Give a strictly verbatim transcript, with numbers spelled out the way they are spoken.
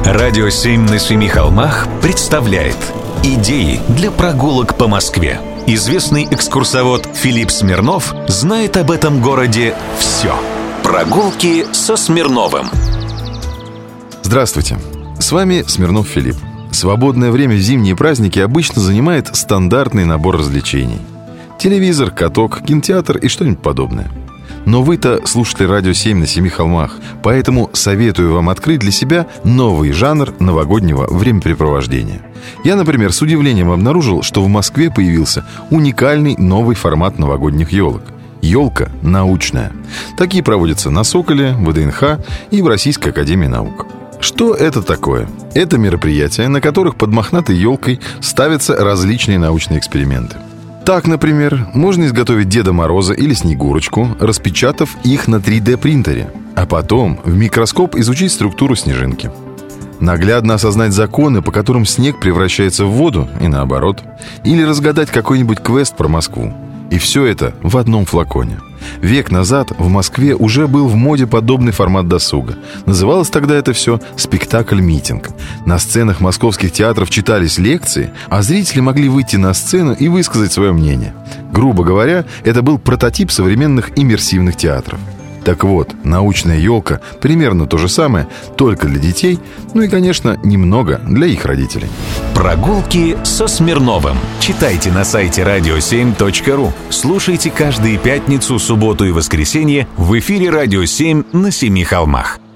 Радио семь на семи холмах представляет идеи для прогулок по Москве. Известный экскурсовод Филипп Смирнов знает об этом городе все. Прогулки со Смирновым. Здравствуйте, с вами Смирнов Филипп. Свободное время в зимние праздники обычно занимает стандартный набор развлечений. Телевизор, каток, кинотеатр и что-нибудь подобное. Но вы-то слушатели радио семь на семи холмах, поэтому советую вам открыть для себя новый жанр новогоднего времяпрепровождения. Я, например, с удивлением обнаружил, что в Москве появился уникальный новый формат новогодних елок. Елка научная. Такие проводятся на Соколе, в ВДНХ и в Российской академии наук. Что это такое? Это мероприятия, на которых под мохнатой елкой ставятся различные научные эксперименты. Так, например, можно изготовить Деда Мороза или Снегурочку, распечатав их на три дэ принтере, а потом в микроскоп изучить структуру снежинки. Наглядно осознать законы, по которым снег превращается в воду и наоборот. Или разгадать какой-нибудь квест про Москву. И все это в одном флаконе. Век назад в Москве уже был в моде подобный формат досуга. Называлось тогда это все «спектакль-митинг». На сценах московских театров читались лекции, а зрители могли выйти на сцену и высказать свое мнение. Грубо говоря, это был прототип современных иммерсивных театров. Так вот, научная елка примерно то же самое, только для детей, ну и, конечно, немного для их родителей. Прогулки со Смирновым. Читайте на сайте радио семь точка ру. Слушайте каждые пятницу, субботу и воскресенье в эфире «Радио семь» на Семи холмах.